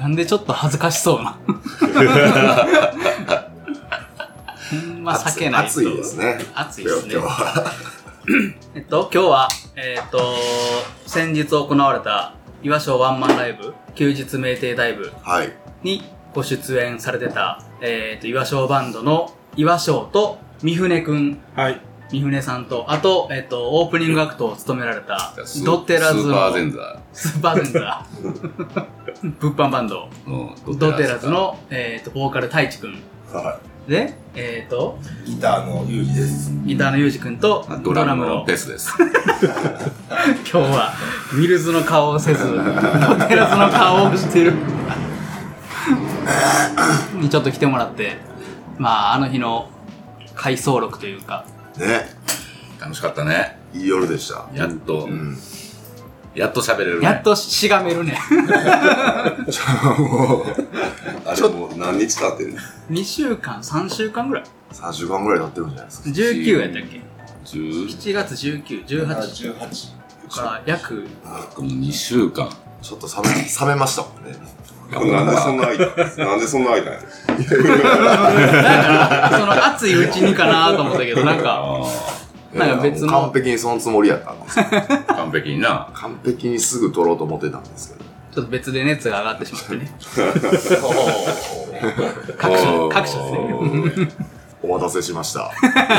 なんでちょっと恥ずかしそうな。ほんま避けないと。 暑いですね。 暑いですね。 今日は。 今日は、先日行われた岩章ワンマンライブ、休日酩酊ダイブにご出演されてた、岩章バンドの岩章と三船くん。 はい。 三船さんと、あと、オープニングアクトを務められた、ドテラズの、 スーパーゼンザスーパーゼンザー。物販バンド、ドテラズの、ボーカル太一くん。 はで、 ギターのユージです。 ギターのユージくんと、 ドラムのペスです。 今日は、ミルズの顔をせず、ドテラズの顔をしてる。にちょっと来てもらって、まあ、あの日の回想録というか。 ね。 楽しかったね。 いい夜でした。 やっと喋れるね。 やっとしがめるね。 もう、あれもう何日経ってるの ?2 週間、3週間ぐらい ?3 週間ぐらい経ってるんじゃないですか。 19やったっけ ?7 月19、18から約 2週間。 ちょっと冷めましたもんね。 なんでそんな空いたなんでそんな空いたんやだから、その暑いうちにかなと思ったけど、なんか別の。 完璧にそのつもりやったんですよ。 完璧にな。 完璧にすぐ撮ろうと思ってたんですけど。 ちょっと別で熱が上がってしまってね。各所ですね。 お待たせしました。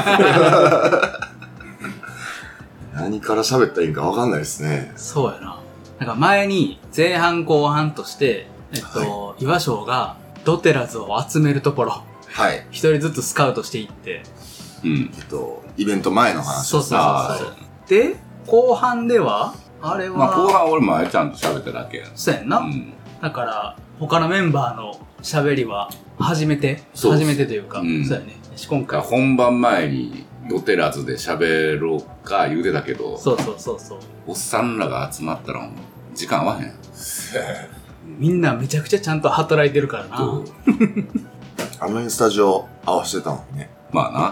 何から喋ったらいいか分かんないですね。 そうやな。なんか前に前半後半として、岩章がドテラズを集めるところ、 はい。 一人ずつスカウトしていって、 イベント前の話そう。で、後半では、あれは、 まあ後半俺もあれちゃんと喋っただけや。 そうやんな。だから、他のメンバーの喋りは初めてというか、そうやね。今回本番前にドテラズで喋ろうか言うてたけど、 そう。 おっさんらが集まったら時間合わへん。 みんなめちゃくちゃちゃんと働いてるからな。 あのインスタジオ合わせてたのにね。 まあな。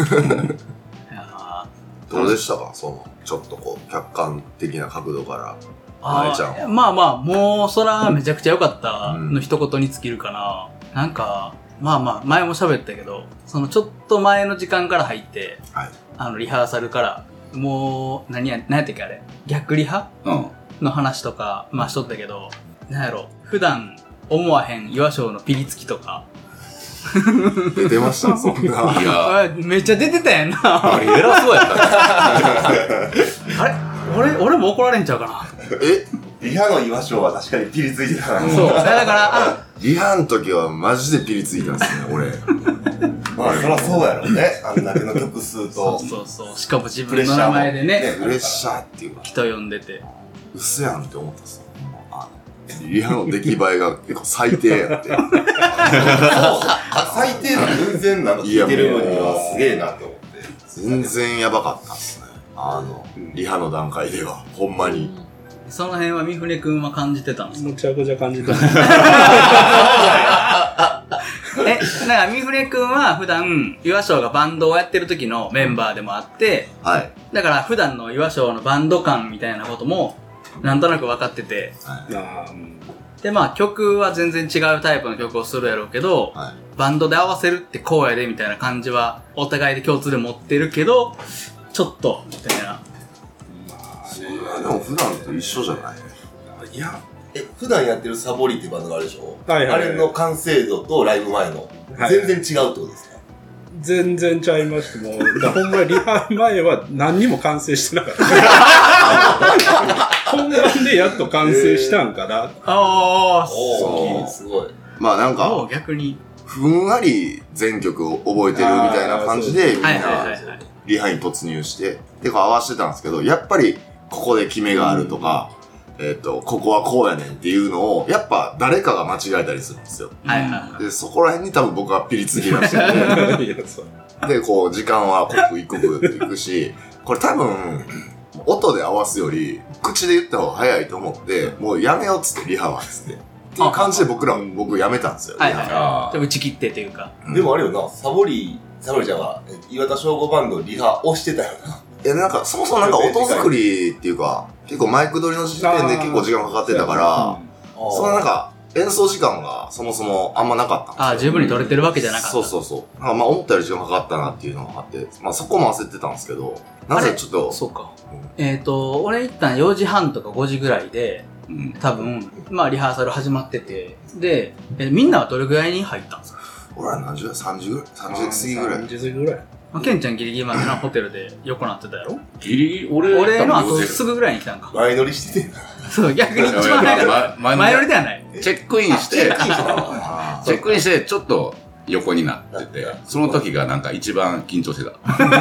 どうでしたかちょっとこう、客観的な角度から。 まあまあ、もう、そら、めちゃくちゃ良かったの一言に尽きるかな。なんか、まあまあ、前も喋ったけど、そのちょっと前の時間から入って、リハーサルから、もう、何やったっけあれ逆リハの話とか、まあしとったけど、なんやろ、普段思わへん岩章のピリつきとか。 出てましたそんな。 いや。 めっちゃ出てたやんな。 あれ偉そうやったあれ俺も怒られんちゃうかな。 リハの岩章は確かにピリついてたな。 そう。だから、 リハの時はマジでピリついたんですね、俺。 まあ、そらそうやろね。あんだけの曲数と。 そう。しかも自分の名前でね。 プレッシャーっていうか。 人呼んでて。 嘘やんって思ったんですよ。リハの出来栄えが結構最低やって。 最低の全然なんか聞いてる分にはすげえなって思って。 全然やばかったっすね。リハの段階では。ほんまに。 その辺は三船くんは感じてたんですか？ むちゃくちゃ感じてた。 だから三船くんは普段、岩章がバンドをやってる時のメンバーでもあって、だから普段の岩章のバンド感みたいなことも、なんとなく分かってて、でまあ曲は全然違うタイプの曲をするやろうけど、バンドで合わせるってこうやでみたいな感じはお互いで共通で持ってるけど、ちょっとみたいな。 でも普段と一緒じゃない？ いや、普段やってるサボリっていうバンドがあるでしょ？ はい。 あれの完成度とライブ前の全然違うってことですか？ 全然ちゃいましても、ほんまにリハ前は何にも完成してなかった。本番でやっと完成したんかな。 すごい。 まあなんか、 逆にふんわり全曲を覚えてるみたいな感じでみんなリハに突入して、合わせてたんですけど、やっぱりここで決めがあるとか、ここはこうやねんっていうのを、やっぱ誰かが間違えたりするんですよ。で、そこら辺に多分僕はピリつき出してて、で、こう、時間は刻一刻っていくし、これ多分、音で合わすより、口で言った方が早いと思って、もうやめようっつって、リハはっつって。っていう感じで僕やめたんですよ。 打ち切ってというか。 でもあれよな、サボリちゃんは、岩田翔吾バンドリハ押してたよな。 なんか、そもそもなんか音作りっていうか、結構マイク取りの時点で結構時間かかってたから、そのなんか、 演奏時間がそもそもあんまなかったんですよ。 十分に取れてるわけじゃなかった。 そうそうそう。まあ思ったより時間かかったなっていうのがあって、まあそこも焦ってたんですけど、なぜちょっと。 そうか。俺一旦4時半とか5時ぐらいで、多分、まあリハーサル始まってて、で、みんなはどれぐらいに入ったんですか？ 俺は何時ぐらい ?3 時ぐらい ?3 時過ぎぐらい ?3 時過ぎぐらい。 ケンちゃんギリギリまでなホテルで横なってたやろ？ ギリギリ俺の後すぐぐらいに来たんか。 前乗りしててんな。 そう、逆に一番早かった。前乗りではない。 チェックインして、ちょっと横になってて、その時がなんか一番緊張してた。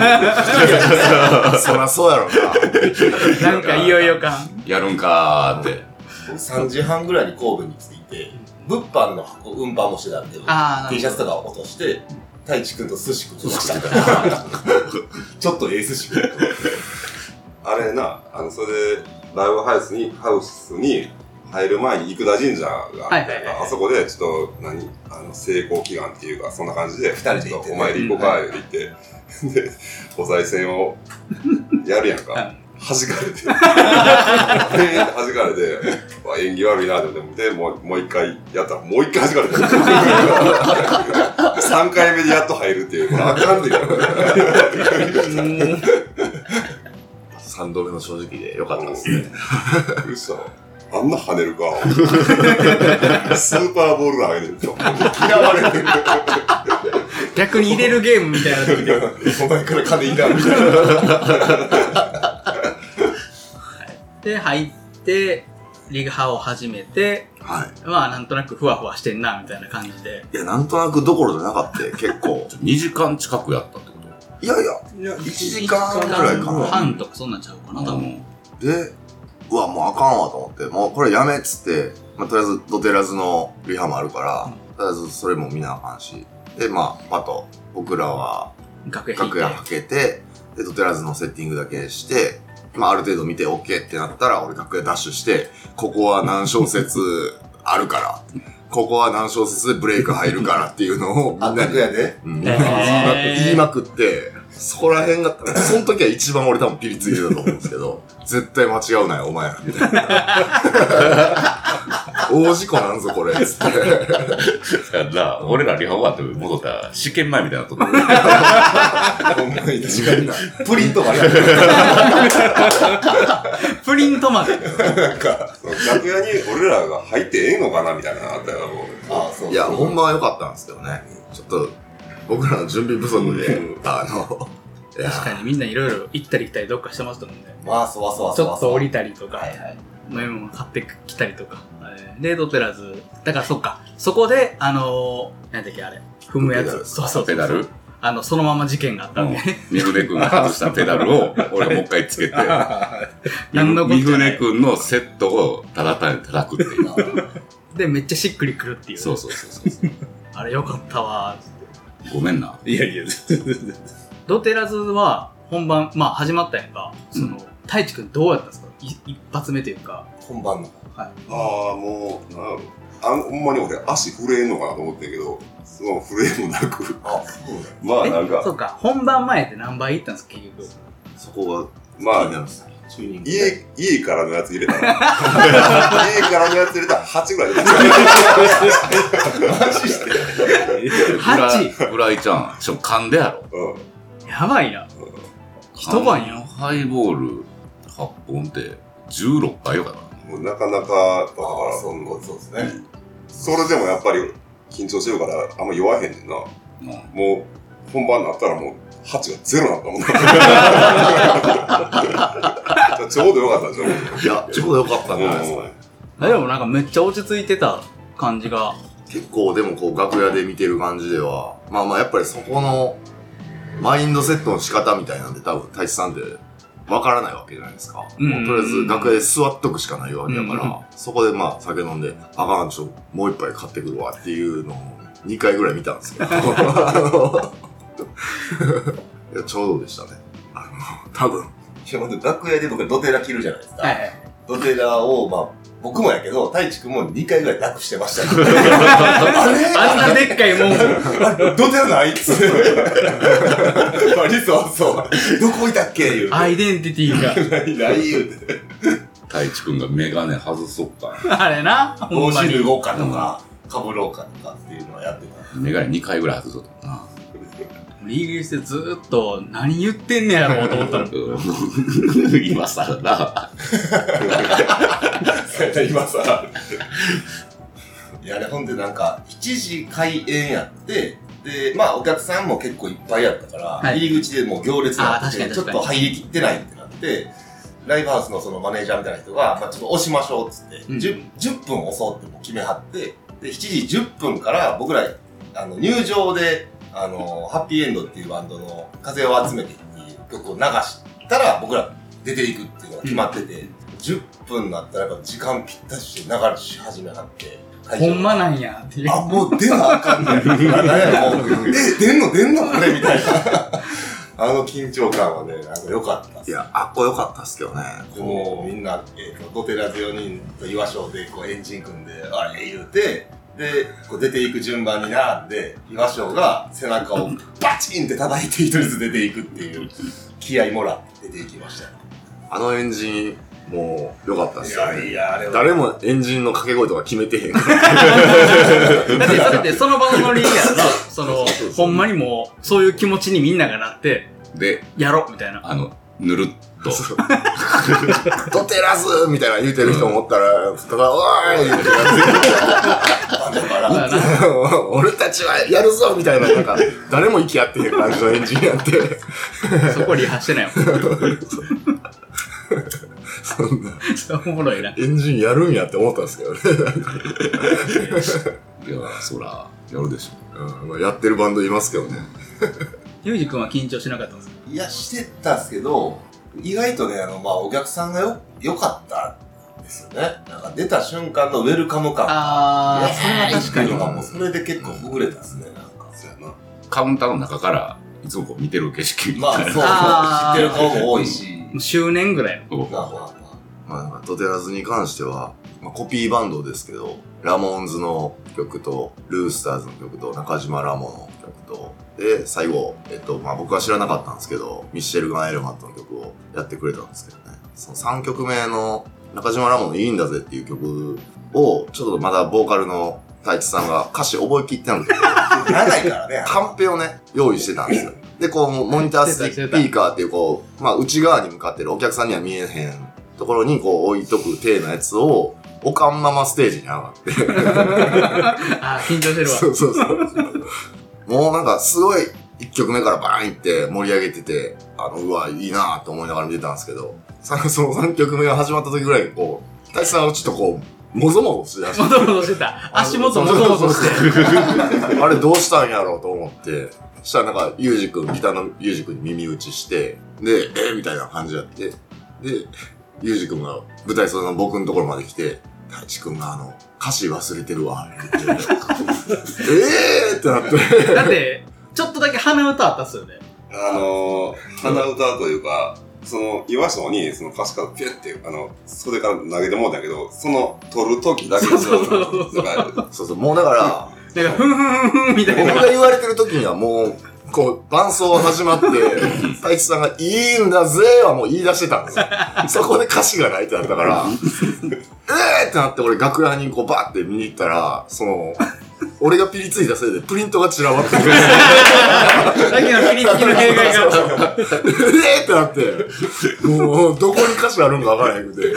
そらそうやろな。 なんかいよいよ感。 やるんかーって。 3時半ぐらいに神戸に着いて、物販の箱運搬もしてたんで、T シャツとかを落として、太一くんと寿司食ってました。ちょっと寿司食って。 あれな、それで、ライブハウスに入る前に生田神社があって、あそこでちょっと、成功祈願っていうか、そんな感じで、2人でお参り行こうか、って言って、で、お賽銭をやるやんか。弾かれて、弾かれて、縁起悪いなって思って、もう一回やったら、もう一回弾かれて、3回目でやっと入るっていう、これあかんって言うからね。 3度目の正直でよかったですね。 うるさあんな跳ねるか。スーパーボール投げてると。嫌われてる。 逆に入れるゲームみたいな時で。 お前から金いらんみたいな。 で、入って、リハを始めて、まあなんとなくふわふわしてんな、みたいな感じで。 いや、なんとなくどころじゃなかった結構。 2時間近くやったってこと？ いや、1時間ぐらいかな。 半とかそんなんちゃうかな、多分。 で、うわ、もうあかんわと思って、もうこれやめっつって、まあ、とりあえずドテラズのリハもあるから、とりあえずそれも見なあかんし。で、まあ、パッと僕らは楽屋はけて、で、ドテラズのセッティングだけして、まあ、ある程度見て OK ってなったら、俺楽屋ダッシュして、ここは何小節あるから、ここは何小節でブレイク入るからっていうのをみんなに楽屋で言いまくって、そこら辺が、その時は一番俺多分ピリついてたと思うんですけど、絶対間違うなよ、お前ら、みたいな。大事故なんぞ、これ、つって。 俺らリハ終わって戻ったら試験前みたいなところ。 ほんまに確かにな。プリントまでやる。 プリントまで。 なんか、楽屋に俺らが入ってええのかなみたいなのあったよ、もう。 ああ、そう。 いや、ほんまは良かったんですけどね。ちょっと、僕らの準備不足で、 確かにみんないろいろ行ったり来たりどっかしてましたもんね。 まあ、そわそわちょっと降りたりとか、飲み物買ってきたりとか。で、ドテラズ。だからそっか。そこで、なんだっけあれ。踏むやつ。そう。 ペダル？ そのまま事件があったんで。 三船くんが外したペダルを、俺がもう一回つけて、三船くんのセットをただ単に叩くっていう。 で、めっちゃしっくりくるっていう。 そう。 あれよかったわー。 ごめんな。 いや。 ドテラズは本番、まあ始まったやんか。太一くんどうやったんですか？一発目というか。 本番の。 ああ、もう、ほんまに俺足震えんのかなと思ってんけど、その震えもなく。 あ、そうまあなんか。 そうか、本番前って何倍いったんですか、結局。 そこが、 まあ、家からのやつ入れたら、家からのやつ入れたら8ぐらいで。マジで 8？ フライちゃん、噛んでやろ。 やばいな。一晩やん。 ハイボール8本って16杯よかな。 もうなかなか、だから、 そうですね。 それでもやっぱり緊張してるからあんま酔わへんねんな。もう本番になったらもう8が0になったもんな。ちょうどよかったでしょ。 いや、ちょうどよかったんじゃないですかね。 でもなんかめっちゃ落ち着いてた感じが。 結構でもこう楽屋で見てる感じでは、まあやっぱりそこのマインドセットの仕方みたいなんで多分太一さんってわからないわけじゃないですか。もうとりあえず楽屋で座っとくしかないわけだから、そこでまあ酒飲んで、あかん、ちょっともう一杯買ってくるわっていうのを2回ぐらい見たんですけど。いや、ちょうどでしたね。多分。 しかも楽屋で僕はドテラ着るじゃないですか。 はい。 ドテラを、まあ、僕もやけど、太一くんも2回ぐらいなくしてましたよ。 あんなでっかいもん。 ドテラないっつって。そう。どこ置いたっけ言うて。 アイデンティティが。 ない言うて。 太一くんがメガネ外そうか。 あれな。 帽子脱ごうかとか、かぶろうかとかっていうのをやってた。 メガネ2回ぐらい外そうとな。 イギリスでずーっと何言ってんねやろうと思ったの。 今更な。 今さ。いや、ほんでなんか、7時開演やって、で、まあお客さんも結構いっぱいやったから、はい、入り口でもう行列があって、ちょっと入りきってないってなって、ライブハウスのそのマネージャーみたいな人が、まあちょっと押しましょうっつって、10分押そうってもう決めはって、で、7時10分から僕ら、入場で、ハッピーエンドっていうバンドの風を集めてっていう曲を流したら、僕ら出ていくっていうのが決まってて、10分になったらやっぱ時間ぴったしで流れし始めはって、 ほんまなんやっていう。 あ、もう出なあかんねん。何やもう、出んのこれみたいな。緊張感はね、良かったっす。 いや、あっこ良かったっすけどね。 もうみんな、ドテラズ4人と岩章でこうエンジン組んで、あれ言うて、で、こう出ていく順番に並んで、岩章が背中をバチンって叩いて一人ずつ出ていくっていう気合いもらって出ていきました。 あのエンジン、もう、良かったっすよね。 いや、あれは。 誰もエンジンの掛け声とか決めてへんから。 だってその場のノリやろ。ほんまにもう、そういう気持ちにみんながなって、 で、 やろみたいな。 ぬるっと。 ドテラズみたいな言うてる人思ったら、ただ、おーいって俺たちはやるぞみたいな、なんか、誰も息合ってへん感じのエンジンやって。 そこリハしてないもん。 そんな。 おもろいな。 エンジンやるんやって思ったんですけどね。 いや、そら、やるでしょ。まあ、やってるバンドいますけどね。 ユージ君は緊張しなかったんですか？ いや、してたんですけど、意外とね、まあ、お客さんが良かったんですよね。なんか出た瞬間のウェルカム感。 ああ、それは確かに。 もうそれで結構ほぐれたんですね、なんか。そうやな。 カウンターの中から、いつもこう見てる景色みたいな。 まあ、そう。知ってる顔も多いし。 周年ぐらいの。 まあ、ドテラズに関しては、まあ、コピーバンドですけど、ラモーンズの曲と、ルースターズの曲と、中島ラモの曲と、で、最後、まあ、僕は知らなかったんですけど、ミッシェル・ガン・エルマットの曲をやってくれたんですけどね。その3曲目の中島ラモのいいんだぜっていう曲を、ちょっとまだボーカルの太一さんが歌詞覚えきってなくて、 長いからね。 カンペをね、用意してたんですよ。で、こう、モニタースピーカーっていう、こう、まあ、内側に向かってるお客さんには見えへんところに、こう、置いとく体のやつを、おかんままステージに上がって。 あ、緊張してるわ。 そう。もうなんか、すごい、1曲目からバーンいって盛り上げてて、うわ、いいなぁと思いながら見てたんですけど、その3曲目が始まった時ぐらいに、こう、太一さんはちょっとこう、もぞもぞしてた。 もぞもぞしてた。足元もぞもぞして。 あれどうしたんやろうと思って、そしたらなんか、ギターのユージ君に耳打ちして、で、みたいな感じやって、で、ユージ君が舞台袖の僕のところまで来て、太一君が歌詞忘れてるわ、って言って、ってなって。 だって、ちょっとだけ鼻歌あったっすよね。 鼻歌というか、岩章にその歌詞からピュッて、袖から投げてもうたんやけど、取る時だけそう、もうだから、 なんか、ふんふんふんふんみたいな。 僕が言われてる時にはもう、こう、伴奏始まって、太一さんが、いいんだぜはもう言い出してたんですよ。そこで歌詞がないってなったから、ってなって俺楽屋にこうバーって見に行ったら、俺がピリついたせいでプリントが散らばってる。 だけどピリつきの弊害があった。 ってなって、もう、どこに歌詞あるんかわからへんくて。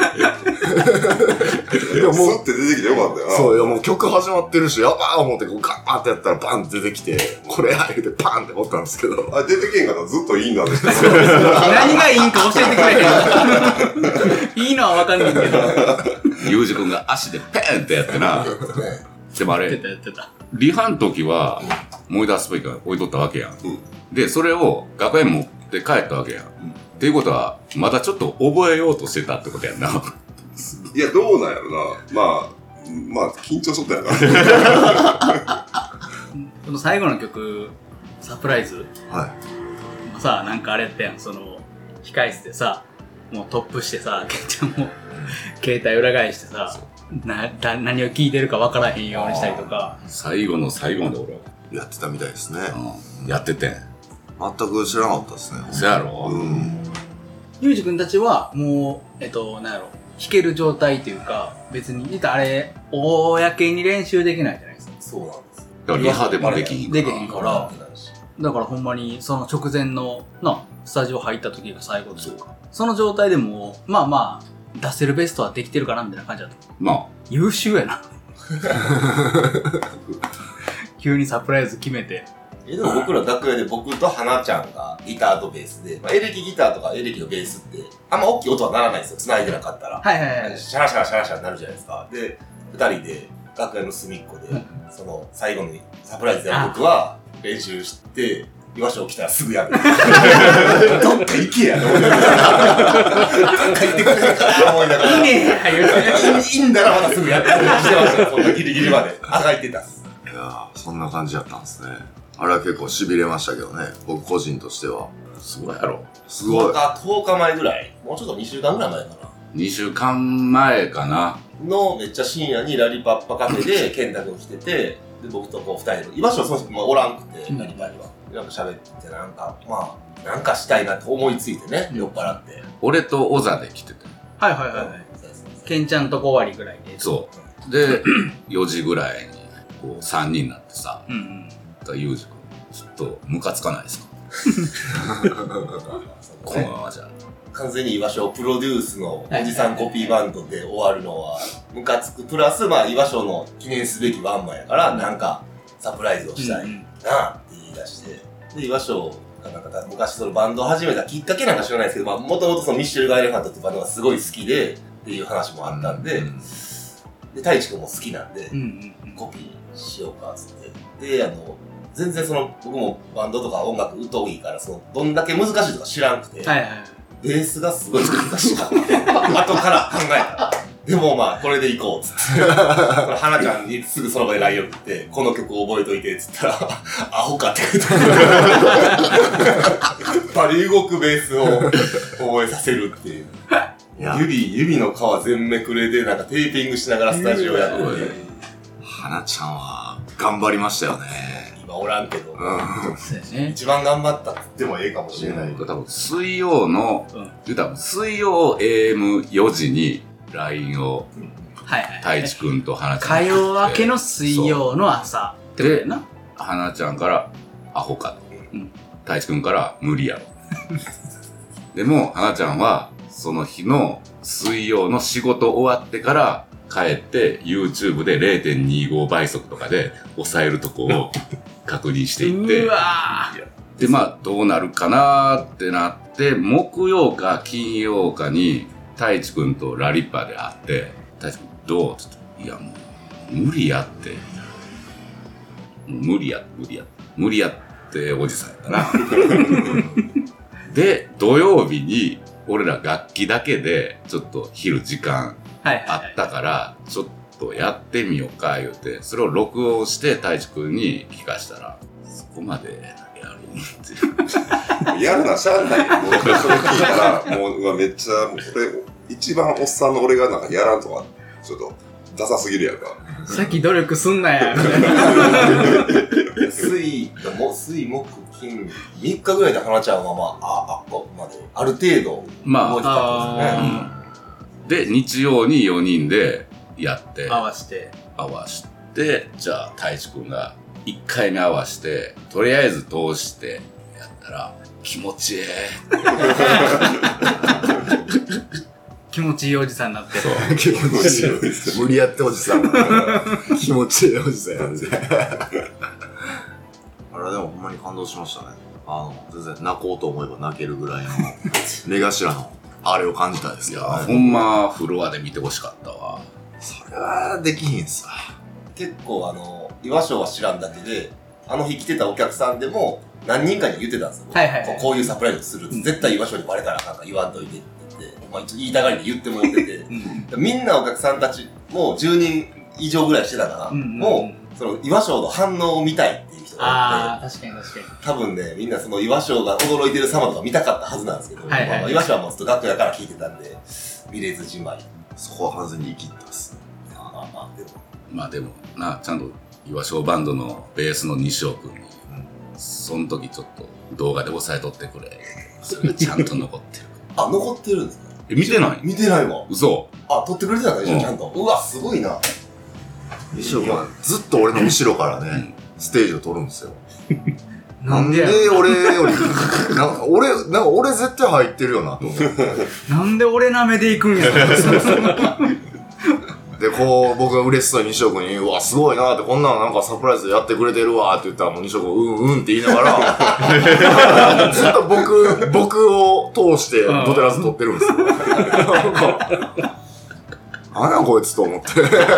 でももう、スッて出てきてよかったよな。 そう、いやもう曲始まってるし、やばー思ってこうガーってやったらバンって出てきて、これ入ってパンって思ったんですけど。 出てけんかったらずっといいんだね。 何がいいんか教えてくれへん。いいのはわかんないけど。 ユージ君が足でペーンってやってな。でもあれ、リハの時は、モニタースピーカー置いとったわけやん。で、それを学園持って帰ったわけやん。っていうことは、まだちょっと覚えようとしてたってことやんな。 いや、どうなんやろな。まあ、緊張しとったやな。 この最後の曲、サプライズ。 はい。 さ、なんかあれやったやん、控室でさ、もうトップしてさ、ケンちゃんも、携帯裏返してさ、何を聞いてるか分からへんようにしたりとか。 最後の最後まで俺は。 やってたみたいですね。 やっててん。 全く知らなかったですね。 そやろ？ ユージ君たちは、もう、なんやろ、 弾ける状態というか、別に、実はあれ、公に練習できないじゃないですか。 そうなんです。 だからリハでもできひんから。 できひんから。だからほんまに、その直前の、スタジオ入った時が最後というか、その状態でも、まあまあ、出せるベストはできてるかなみたいな感じだった。 まあ。 優秀やな。急にサプライズ決めて。 でも僕ら楽屋で僕と花ちゃんがギターとベースで、エレキギターとかエレキのベースって、あんま大きい音はならないんですよ。繋いでなかったら。 はいはいはい。 シャラシャラシャラシャラになるじゃないですか。で、二人で楽屋の隅っこで、その最後にサプライズで僕は練習して、岩所起きたらすぐやる。どっか行けやと思いながら。どっか行ってくれへんかな思いながら。いいねいいんだらまたすぐやってしてましたよ。そんなギリギリまで。あがいてたっす。 いやー、そんな感じだったんですね。あれは結構痺れましたけどね。僕個人としては。 すごいやろ。 すごい。 10日前ぐらい。もうちょっと2週間ぐらい前かな。 2週間前かな。 のめっちゃ深夜にラリパッパカフェで健太君来てて、で、僕とこう2人で、居場所はその人おらんくて、ラリパには。なんか喋ってなんか、まあ、なんかしたいなって思いついてね、酔っ払って。 俺と小座で来てて。 はいはいはい。ケンちゃんと5割ぐらいで。 そう。で、4時ぐらいに、こう、3人になってさ、ユージ君、ちょっと、ムカつかないですかこのままじゃ。 完全に居場所をプロデュースのおじさんコピーバンドで終わるのは、ムカつく。プラス、まあ、居場所の記念すべきワンマンやから、なんか、サプライズをしたいなって言い出して、で、岩所がなんか昔そのバンドを始めたきっかけなんか知らないですけど、まあ、もともとそのミッシェル・ガイレファントっていうバンドがすごい好きで、っていう話もあったんで、で、太一君も好きなんで、コピーしようか、つって。で、全然その、僕もバンドとか音楽疎いから、その、どんだけ難しいとか知らんくて、ベースがすごい難しかった。後から考えたら。でもまあ、これで行こう、つって。花ちゃんにすぐその場で LINE 送って、この曲覚えといて、つったら、アホかって言うと。バリ動くベースを覚えさせるっていう。指の皮全めくれで、なんかテーピングしながらスタジオやってて。 花ちゃんは、頑張りましたよね。 今おらんけど。一番頑張ったって言ってもええかもしれない。 多分、水曜の、水曜 AM4 時に、LINE を、太一くんと花ちゃん。 火曜明けの水曜の朝。 で、花ちゃんから、アホかと。太一くんから、無理やろ。でも、花ちゃんは、その日の水曜の仕事終わってから、帰って、YouTube で 0.25 倍速とかで、抑えるとこを確認していって。で、まあ、どうなるかなーってなって、木曜か金曜かに、太一くんとラリッパで会って、太一くんどうって言って、いやもう、無理やって。無理やっておじさんやったな。で、土曜日に、俺ら楽器だけで、ちょっと昼時間あったから、ちょっとやってみようか、言うて、それを録音して太一くんに聞かしたら、そこまでやるって。 やるな、しゃあないよ。もう、それ聞いたら、もう、めっちゃ、もうそれ、一番おっさんの俺がなんかやらんとか、ちょっと、ダサすぎるやんか。 さっき努力すんなや、みたいな。 水、木、金、3日ぐらいで花ちゃんはまあ、ある程度、 まあ、で、日曜に4人でやって、 合わして、 じゃあ、太一くんが1回目合わして、とりあえず通してやったら、気持ちいい。 気持ちいいおじさんになって。 そう。気持ちいいおじさん。無理やっておじさん。気持ちいいおじさんやんで。あれでもほんまに感動しましたね。全然泣こうと思えば泣けるぐらいの、目頭のあれを感じたんですけど、ね。 ほんま、フロアで見てほしかったわ。 それはできひんすわ。 結構岩所は知らんだけで、あの日来てたお客さんでも、何人かに言ってたんですよ。こういうサプライズする。絶対岩所にバレたらなんか言わんといてって言って、まあ言いたがりで言ってもらってて、みんなお客さんたちも10人以上ぐらいしてたから、もう、その岩所の反応を見たいっていう人がいて、 確かに。 多分ね、みんなその岩所が驚いてる様とか見たかったはずなんですけど、岩所はもうずっと楽屋から聞いてたんで、見れずじまい。 そこは完全に生きったっす。 まあでもな、ちゃんと岩所バンドのベースの西尾くんに、その時ちょっと動画で押さえとってくれ。それがちゃんと残ってる。 残ってるんですか？ 見てない？ 見てないわ。 嘘。 あ、撮ってくれてたんだ、ちゃんと。うわ、すごいな。 西尾君はずっと俺の後ろからね、ステージを撮るんですよ。なんで俺より、俺絶対入ってるよなと思って。 なんで俺なめでいくんやろ。 で、こう、僕が嬉しそうに西尾君に、うわ、すごいなって、こんなのなんかサプライズでやってくれてるわって言ったら、もう西尾君、うんって言いながら、ずっと僕を通してドテラズ撮ってるんですよ。なんやこいつと思って。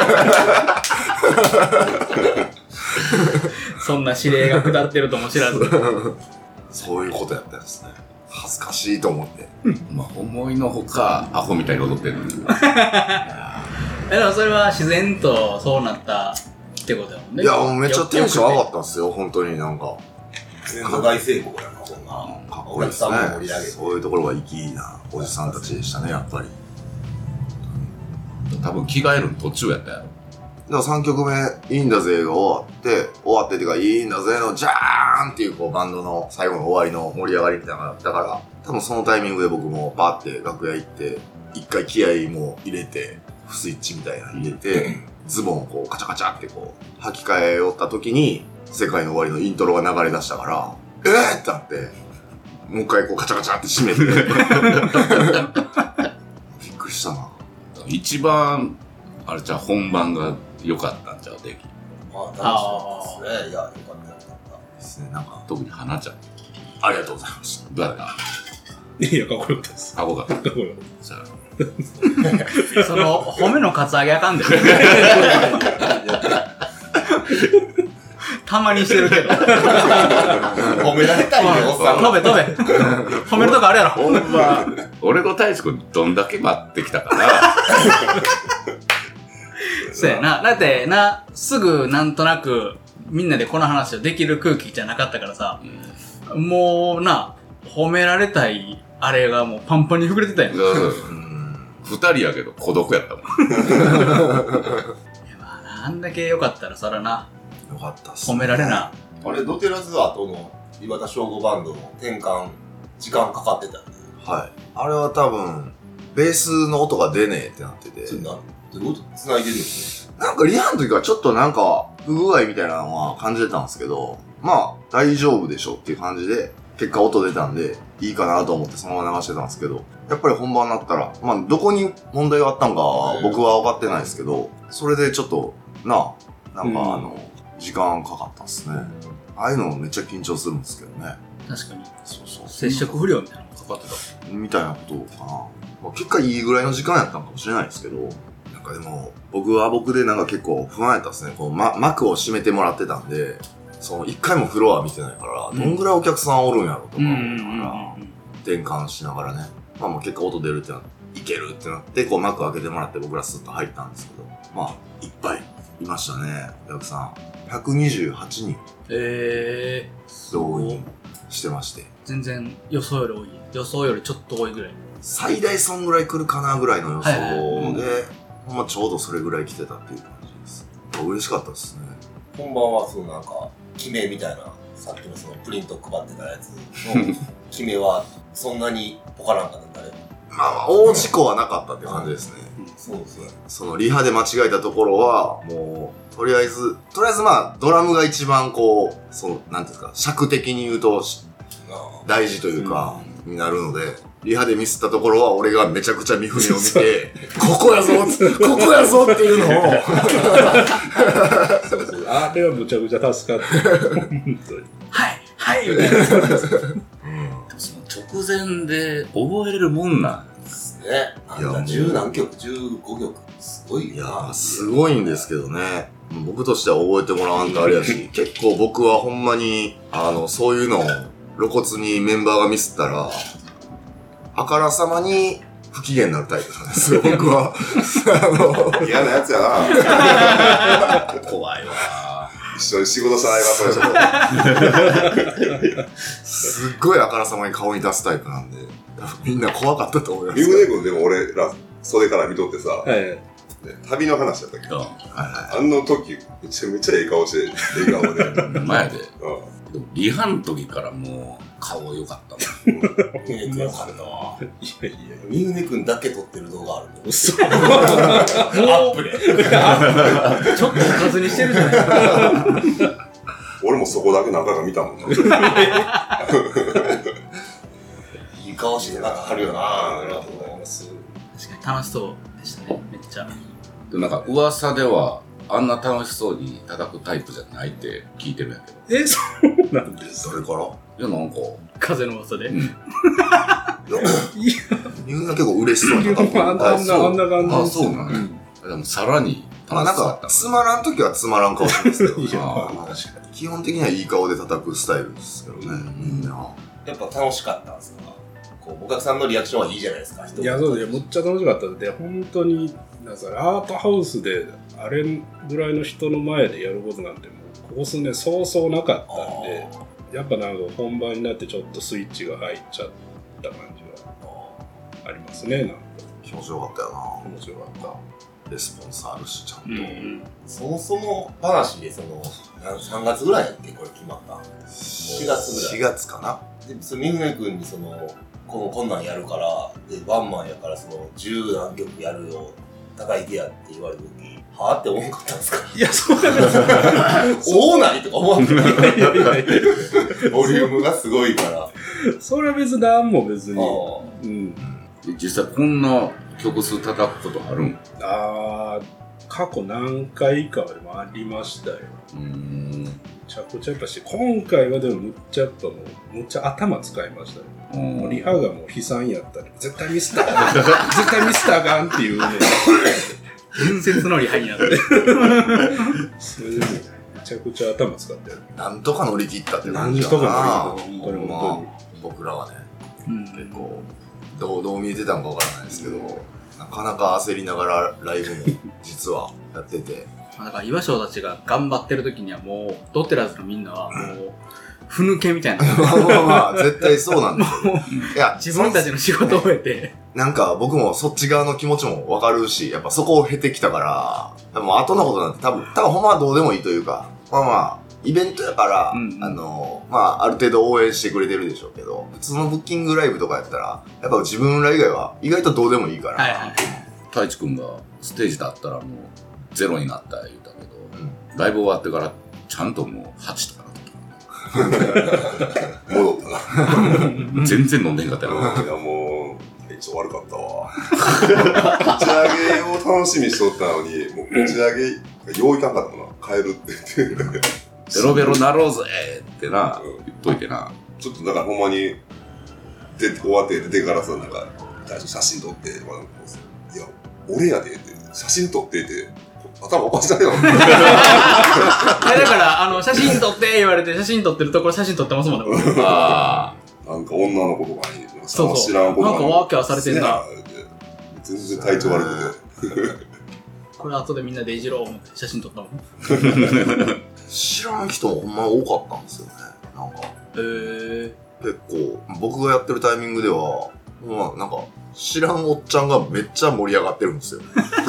そんな指令が下ってるとも知らず。 そういうことやったんですね。恥ずかしいと思って。 まあ、思いのほか、アホみたいに踊ってるのに。 でもそれは自然とそうなったってことだもんね。 いや、もうめっちゃテンション上がったんですよ、本当になんか。 自然の大成功やな、こんな。 かっこいいですね。そういうところが粋なおじさんたちでしたね、やっぱり。 多分着替えるの途中やったやろ。 だから3曲目、いいんだぜが終わってっていうか、いいんだぜのジャーンっていうこうバンドの最後の終わりの盛り上がりみたいなのがあったから、多分そのタイミングで僕もパーって楽屋行って、一回気合も入れて、スイッチみたいなの入れて、ズボンをこうカチャカチャってこう履き替えよった時に、世界の終わりのイントロが流れ出したから、ってなって、もう一回こうカチャカチャって閉めて。びっくりしたな。 一番、あれじゃ本番が良かったんちゃう、でき。 ああ、楽しかったですね。いや、よかったですね、なんか。 特に花ちゃん。 ありがとうございました。 どうやった？ いや、かっこよかったです。 かっこよかった。 かっこよかった。 その、褒めのカツアゲあかんで。たまにしてるけど。 褒められたいよ、おっさん。 飛べ。褒めるとこあるやろ。 ほんま、俺と太一君どんだけ待ってきたかな。 そうやな。だってな、すぐなんとなくみんなでこの話をできる空気じゃなかったからさ、もうな、褒められたいあれがもうパンパンに膨れてたよ。 二人やけど孤独やったもん。 まあ、あんだけ良かったらそらな。 よかったっす、 褒められな。 あれ、ドテラズ後の岩田翔吾バンドの転換、時間かかってたよね。 はい。あれは多分、ベースの音が出ねえってなってて。 どういうこと繋いでるんですね。 なんかリハの時はちょっとなんか、不具合みたいなのは感じてたんですけど、まあ、大丈夫でしょっていう感じで、結果音出たんで、いいかなと思ってそのまま流してたんですけど、やっぱり本番になったら、まあ、どこに問題があったんかは僕は分かってないですけど、それでちょっと、なんか時間かかったっすね。ああいうのめっちゃ緊張するんですけどね。 確かに。 そう。 接触不良みたいなのかかってた。みたいなことかな。まあ、結果いいぐらいの時間やったんかもしれないですけど、なんかでも、僕は僕でなんか結構不安やったっすね。こう、幕を閉めてもらってたんで、一回もフロア見てないから、どんぐらいお客さんおるんやろとか思ったから、転換しながらね。まあ結果音出るってなって、いけるってなって、こう幕開けてもらって僕らスッと入ったんですけど、まあ、いっぱいいましたね、お客さん。128人。動員してまして。 全然予想より多い。予想よりちょっと多いぐらい。 最大そんぐらい来るかなぐらいの予想で、ほんまちょうどそれぐらい来てたっていう感じです。嬉しかったですね。 本番はなんか、決めみたいな、さっきのそのプリント配ってたやつの決めはそんなにポカランかったね。 まあ大事故はなかったって感じですね。 そうですね。 そのリハで間違えたところは、もう、とりあえずまあ、ドラムが一番こう、なんていうんですか、尺的に言うと、大事というか、になるので、リハでミスったところは、俺がめちゃくちゃ見船を見て、ここやぞっていうのを。 あれはむちゃくちゃ助かって。 はいみたいな。 その直前で覚えれるもんなんですね。10何曲 ?15 曲。すごい。 いや、すごいんですけどね。僕としては覚えてもらわんとあれやし、結構僕はほんまに、そういうのを露骨にメンバーがミスったら、あからさまに不機嫌になるタイプなんですよ、僕は。 嫌なやつやな。 怖いわ。 一緒に仕事したないわ、 すっごいあからさまに顔に出すタイプなんで、みんな怖かったと思います。 三船君でも俺ら袖から見とってさ、旅の話だったっけど、あの時めちゃめちゃええ顔して、笑顔で。 前で。リハの時からもう、 顔良かったな。 よかったわ。いやいや、三船くんだけ撮ってる動画あるの。 嘘。 アップで。 ちょっとおかずにしてるじゃないですか。 俺もそこだけ何回か見たもんな。 いい顔してなんかあるよな。 ありがとうございます。 確かに楽しそうでしたね、めっちゃ。 でなんか噂では、あんな楽しそうに叩くタイプじゃないって聞いてるんやけど。 そうなんですか。 それからいや、なんか。 風の噂で。 うん。 いや、みんな結構嬉しそうに叩く。 あんな感じ。 あ、そうなの、でもさらにまあなんか、つまらんときはつまらん顔してますけど、 いや基本的にはいい顔で叩くスタイルですけどね。 やっぱ楽しかったんですか？こうお客さんのリアクションはいいじゃないですか。 いや、そうで、むっちゃ楽しかったで、本当に、なんかアートハウスで、あれぐらいの人の前でやることなんて、もう、ここ数年そうそうなかったんで、やっぱなんか本番になってちょっとスイッチが入っちゃった感じはありますね、なんか。 気持ちよかったよな。 面白かった。 レスポンスあるし、ちゃんと。 そもそも話で、3月ぐらいやっけこれ決まった。4月ぐらい。 4月かな。 で、三船君にこんなんやるから、で、ワンマンやから10何曲やるよ、高いけやって言われた時に、はぁって思わなかったんですか？ いや、そうなんです大なりとか思わなかった。ボリュームがすごいから。 それは別に何も別に。うん。 実際こんな曲数叩くことあるん？ 過去何回かでもありましたよ。めちゃくちゃやっぱし、今回はでもむっちゃ頭使いましたよ。もうリハがもう悲惨やったり、絶対ミスターあかんっていうね。 伝説のリハになって。 それでもめちゃくちゃ頭使ってやる。 なんとか乗り切ったって感じだな。本当に。僕らはね、結構、どう見えてたんかわからないですけど、なかなか焦りながらライブも実はやってて。 だから岩翔たちが頑張ってる時にはもう、ドテラズのみんなはもう、ふぬけみたいな。 まあ絶対そうなんですよ。いや、 自分たちの仕事を終えて。 なんか僕もそっち側の気持ちもわかるし、やっぱそこを経てきたから、もう後のことなんて多分ほんまはどうでもいいというか、まあ、イベントやから、ある程度応援してくれてるでしょうけど、普通のブッキングライブとかやったら、やっぱ自分ら以外は意外とどうでもいいから。 太一くんがステージだったらもうゼロになった言うたけど、ライブ終わってからちゃんともう8とかなってた。 戻ったな。全然飲んでへんかったよ。 いやもう、めっちゃ悪かったわ。打ち上げを楽しみにしとったのに、もう打ち上げ、よういかんかったもんな。帰るって言って。 ベロベロなろうぜってな、言っといてな。 ちょっとだからほんまに、終わって出てからさ、なんか、写真撮って、いや、俺やでって、写真撮ってって、頭おかしないよ。だから写真撮って言われて、写真撮ってるところ写真撮ってますもんね。 なんか女の子とかに、知らん子とかに。 なんかワーキャーされてんな。 全然体調悪くて。 これ後でみんなでいじろう思って写真撮ったもん。 知らん人もほんま多かったんですよね。なんか。結構、僕がやってるタイミングでは、なんか、知らんおっちゃんがめっちゃ盛り上がってるんですよ。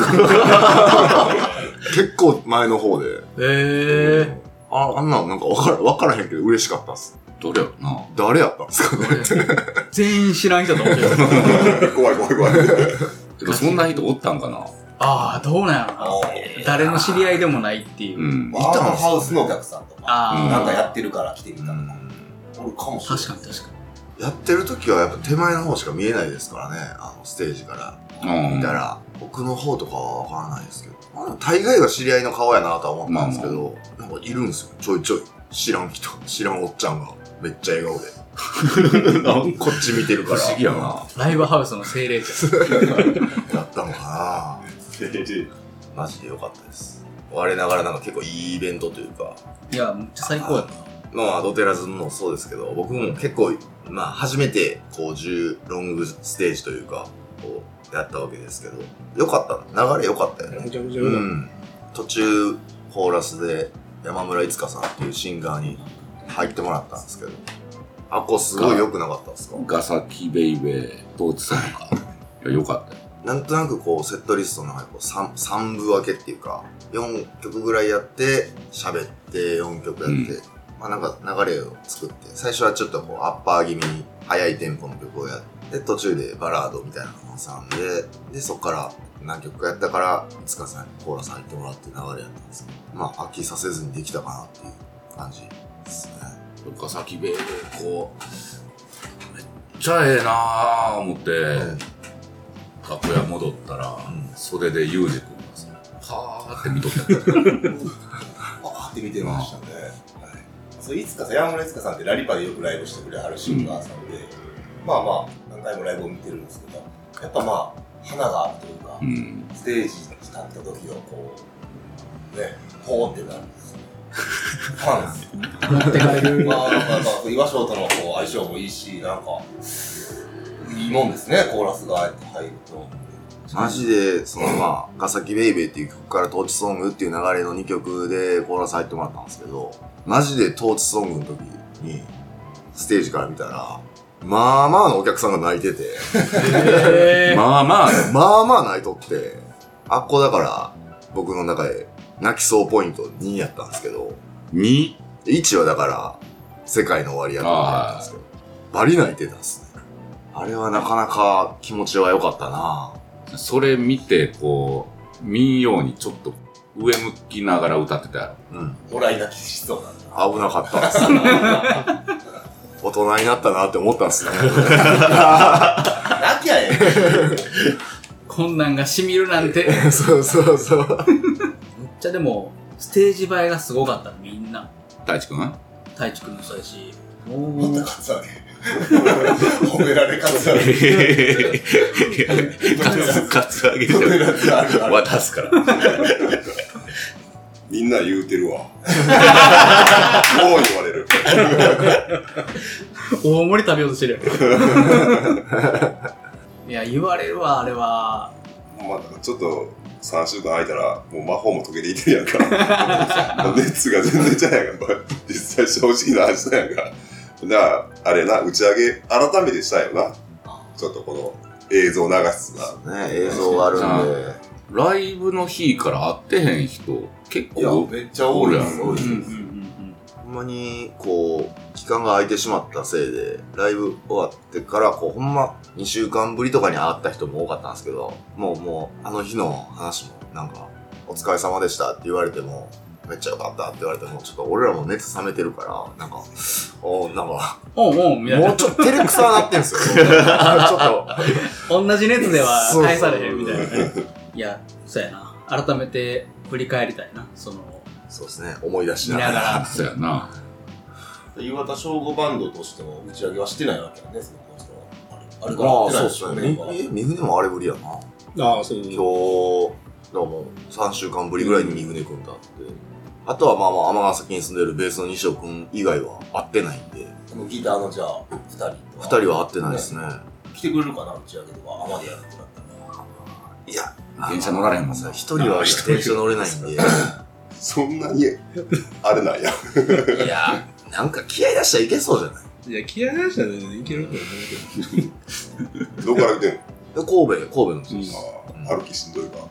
結構前の方で。あんなんなんかわからへんけど嬉しかったっす。 どれやろな。 誰やったんですかね全員知らん人と思ってる。 怖い。 てかそんな人おったんかな。 どうなんやろな。誰の知り合いでもないっていう。 ワードハウスのお客さんとか、なんかやってるから来てみたとか。おるかもしれない。 確かに。 やってる時はやっぱ手前の方しか見えないですからね、ステージから見たら、奥の方とかはわからないですけど、大概が知り合いの顔やなとは思ったんですけど、なんかいるんですよ、ちょいちょい。知らんおっちゃんが、めっちゃ笑顔で。こっち見てるから。 不思議やな。 ライブハウスの精霊者。 やったのかなマジで良かったです。我ながらなんか結構いいイベントというか。 いや、めっちゃ最高やったな。 ドテラズもそうですけど、僕も結構、初めて、ロングステージというか、やったわけですけど、よかったな。流れ良かったよね。 めちゃくちゃ良かった。 途中、コーラスで、山村いつかさんっていうシンガーに入ってもらったんですけど、すごい良くなかったですか？ ガサキベイベー、トーツさんか。いや、良かったよ。 なんとなくセットリストの中で3部分けっていうか、4曲ぐらいやって、喋って4曲やって、 まあなんか流れを作って、最初はちょっとこうアッパー気味に速いテンポの曲をやって、途中でバラードみたいなのを挟んで、そっから何曲かやったから、いつかさんにコーラス入ってもらって流れやったんですけど、まあ飽きさせずにできたかなっていう感じですね。 深崎ベイでこう、めっちゃええなぁ思って、楽屋戻ったら、袖でユージ君がさ、はーって見とった。 はーって見てましたね。そう、いつかさ、山村いつかさんってラリパでよくライブしてくれはるシンガーさんで、まあまあ、何回もライブを見てるんですけど、やっぱまあ、花があるというか、ステージに立った時をこう、ね、ポーってなるんですよ。ファンですよ。 持ってかれる。 まあ、岩翔とのこう相性もいいし、なんか、いいもんですね、コーラスがあえて入ると。 マジで、まあ、ガサキベイベーっていう曲からトーチソングっていう流れの2曲でコーラス入ってもらったんですけど、マジでトーチソングの時に、ステージから見たら、まあまあのお客さんが泣いてて、 まあまあ泣いとって、あっこだから僕の中で泣きそうポイント2やったんですけど、 2？ 1はだから世界の終わりやったんですけど、バリ泣いてたんですね。あれはなかなか気持ちは良かったな。 それ見て、こう、民謡にちょっと上向きながら歌ってたよ。 もらい泣きしそうなんだ。 危なかったんです。大人になったなって思ったんですね。 泣きゃええ。 こんなんが染みるなんて。 そう。 めっちゃでも、ステージ映えがすごかった、みんな。 太一くん太一くんもそうやし。 またカツアゲ。褒められカツアゲ。 カツアゲで渡すから。 みんな言うてるわ。もう言われる。 大盛り食べようとしてるいや、言われるわ、あれは。 まあ、ちょっと3週間空いたら、もう魔法も溶けていってるやんか。熱が全然ちゃうやんか。実際正直な話だやんか。だから、あれな、打ち上げ改めてしたいよな。ちょっとこの映像流すな。ね、映像があるんで。 ライブの日から会ってへん人、結構。 いや、めっちゃ多いです。 ほんまに、こう、期間が空いてしまったせいで、ライブ終わってから、こう、ほんま、2週間ぶりとかに会った人も多かったんですけど、もう、あの日の話も、なんか、お疲れ様でしたって言われても、めっちゃよかったって言われても、ちょっと俺らも熱冷めてるから、なんか、 みたいな。 もうちょっと照れくさなってんすよ。ちょっと。同じ熱では返されへんみたいなね。いや、そうやな。改めて振り返りたいな。 そうですね。思い出しながら。 そうやな。 岩田省吾バンドとしても打ち上げはしてないわけやね、そのコンサートは。あれからやってないですよね。三船もあれぶりやな。 ああ、そう。 今日、どうも3週間ぶりぐらいに三船くんと会って。あとはまあ尼崎に住んでるベースの西尾くん以外は会ってないんで。 ギターのじゃあ、 2人は会ってないですね。 来てくれるかな、打ち上げとか、アマでやるってなったら。 いや、 電車乗られへんもんさ。 1人は電車乗れないんで。 そんなに、あれなんや。 いや、なんか気合い出したらいけそうじゃない？ いや、気合い出したらいけると思うけど。どこから来てんの？ 神戸の人。 歩きしんどいか。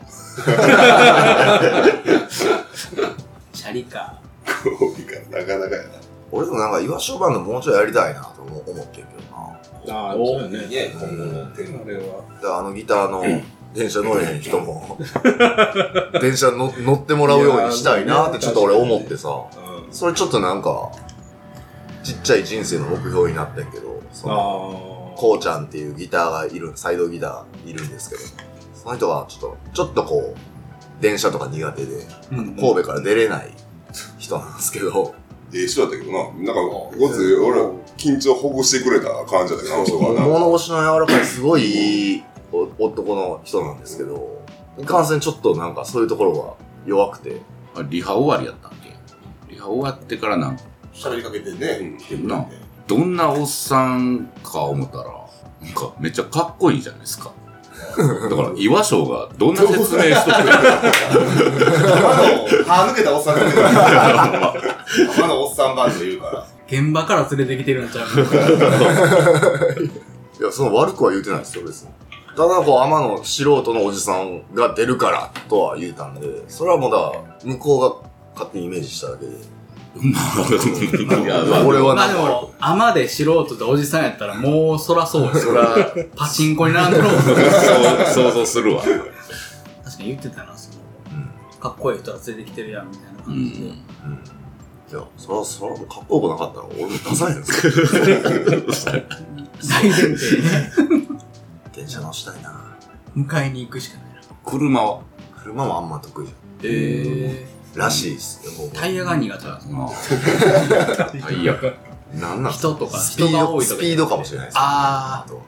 チャリか。 神戸か、なかなかやな。 俺でもなんか岩塩バンドもうちょいやりたいなと思ってんけどな。 ああ、そうやね。 今後の点あれは。あのギターの電車乗れへん人も、電車乗ってもらうようにしたいなってちょっと俺思ってさ、それちょっとなんか、ちっちゃい人生の目標になってんけど、こうちゃんっていうギターがいる、サイドギターいるんですけど、その人はちょっとこう、電車とか苦手で、神戸から出れない人なんですけど、 人だったけどな。なんか、ごつ俺、緊張ほぐしてくれた感じだったけどな、人がな。 物腰の柔らかい、すごいいい男の人なんですけど、いかんせんちょっとなんかそういうところが弱くて。 リハ終わりやったっけ？リハ終わってからなんか。 喋りかけてね、来てくれて。 どんなおっさんか思ったら、なんかめっちゃかっこいいじゃないですか。だから、岩翔がどんな説明しとくれる歯抜けたおっさんが出てる。歯のおっさんバンド言うから。 現場から連れてきてるんちゃういや、その悪くは言うてないですよ、別に。ただ、こう、天の素人のおじさんが出るからとは言うたんで、それはもうだ、向こうが勝手にイメージしただけで。 俺はまあでも、甘で素人でおじさんやったらもうそらそうよ。そら、パチンコに並んでるもん。 想像するわ。 確かに言ってたな、かっこいい人が連れてきてるやん、みたいな感じで。いや、そらかっこよくなかったら俺もダサいんですよ。 大前提ね。 電車乗したいな。 迎えに行くしかないな。 車はあんま得意じゃん。 らしいっすよ。 タイヤが苦手なんですタイヤか。 なんなん人とか、 人が多いとか。スピードかもしれないです。 あー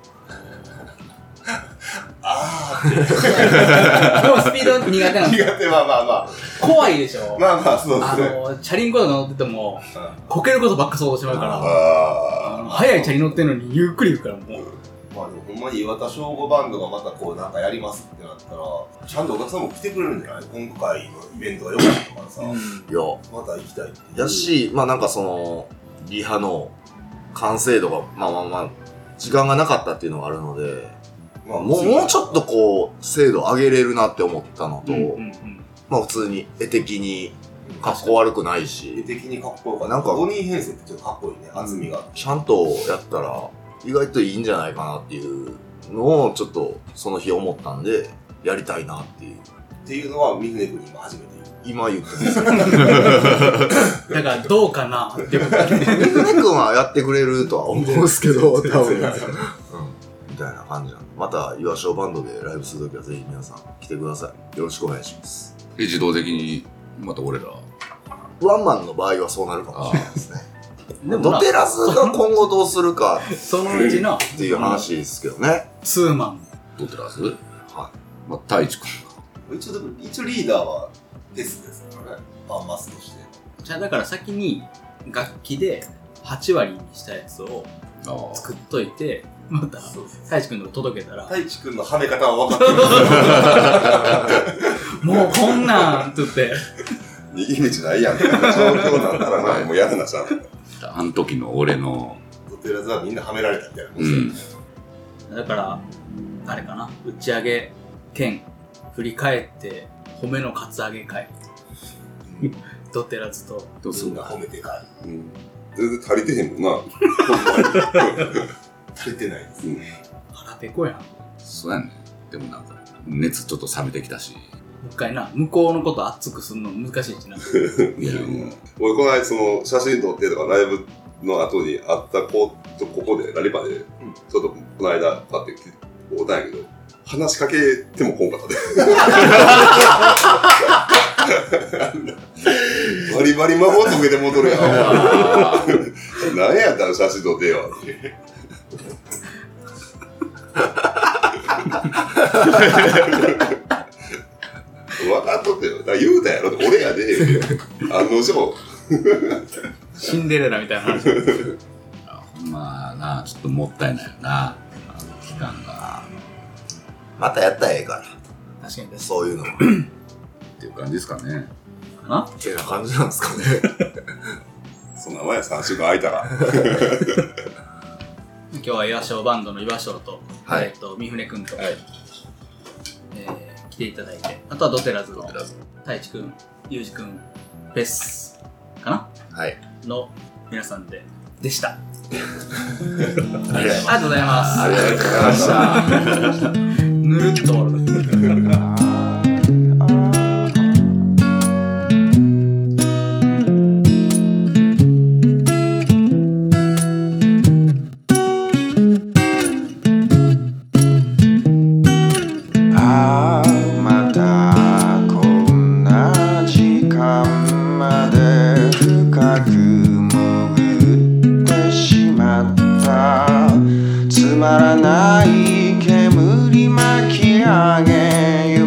って。 でもスピード苦手なんですよ。 苦手、まあ。 怖いでしょ。 まあ、そうですね。 チャリンコとか乗ってても、こけることばっか想像しまうから、速いチャリ乗ってんのにゆっくり行くからもう。 まあでもほんまに岩田翔吾バンドがまたこうなんかやりますってなったら、ちゃんとお客さんも来てくれるんじゃない？今回のイベントが良かったからさ、いや、また行きたいって。 やし、まあなんかその、リハの完成度が、まあ、時間がなかったっていうのがあるので、もうちょっとこう、精度上げれるなって思ったのと、まあ普通に絵的にかっこ悪くないし。 絵的にかっこよかった。なんか5人編成ってちょっとかっこいいね、厚みが。 ちゃんとやったら、意外といいんじゃないかなっていうのをちょっとその日思ったんで、やりたいなっていう。 っていうのは、三船君に今初めて今言ってます。 だからどうかなって思って。 三船君はやってくれるとは思うんですけど、多分。みたいな感じなんで。また、岩塩バンドでライブするときはぜひ皆さん来てください。よろしくお願いします。 自動的に、また俺ら。 ワンマンの場合はそうなるかもしれないですね。ドテラスが今後どうするかそのうちのっていう話ですけどね。 ツーマンドテラス？ はい。 まあ、太一君一応リーダーはデスですからね。バンマスとして。 じゃあだから先に楽器で8割にしたやつを作っといて、また太一君の届けたら。 太一君のはめ方は分かってる。もうこんなんって言って。 逃げ道ないやん。状況なんだらな、もうやるなさ。 あの時の俺のドテラスはみんなはめられたみたいな。 だから、あれかな、打ち上げ兼振り返って褒めのカツアゲ会。ドテラスとみんな褒めて会。 全然足りてへんもんな。 足りてないです。 腹ペコやん。 そうやね。でもなんか熱ちょっと冷めてきたし。 もう一回な、向こうのこと熱くするの難しいしな。いや俺この間その写真撮ってとかライブの後に会った子とここでラリパで、ちょっとこの間パッて会ったんやけど、話しかけてもこんかったで。バリバリ魔法解けて戻るやん。何やったら写真撮ってよ。分かっとったよ。だから言うたやろ。俺やで。案の定。 シンデレラみたいな話。 まあな、ちょっともったいないよな。あの期間が。 またやったらええから。 確かにそういうのも。 っていう感じですかね。 かなっていう感じなんですかね。 そんな前3週間空いたら。 今日は岩塩バンドの岩塩と、三船くんと、来ていただいて、あとはドテラズの太一くん、ユージくん、ベスかなの皆さんでした。ありがとうございます。 ありがとうございました。 ぬるっと終わる。 つまらない煙巻き上げ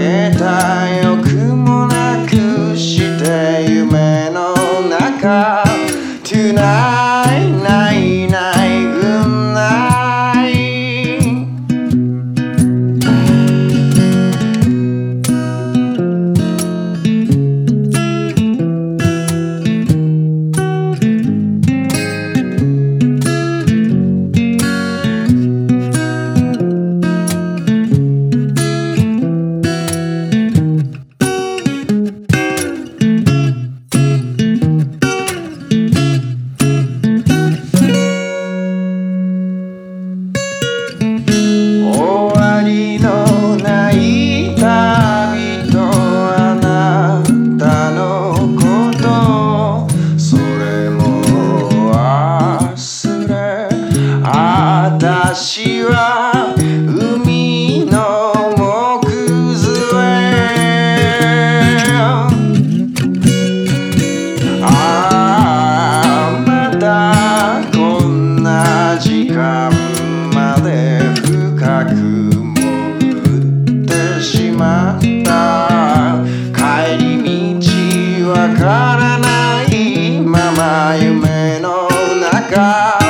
げた欲もなくして夢の中 Tonight, night, night, good night私は海の木杖またこんな時間まで深く潜ってしまった帰り道わからないまま夢の中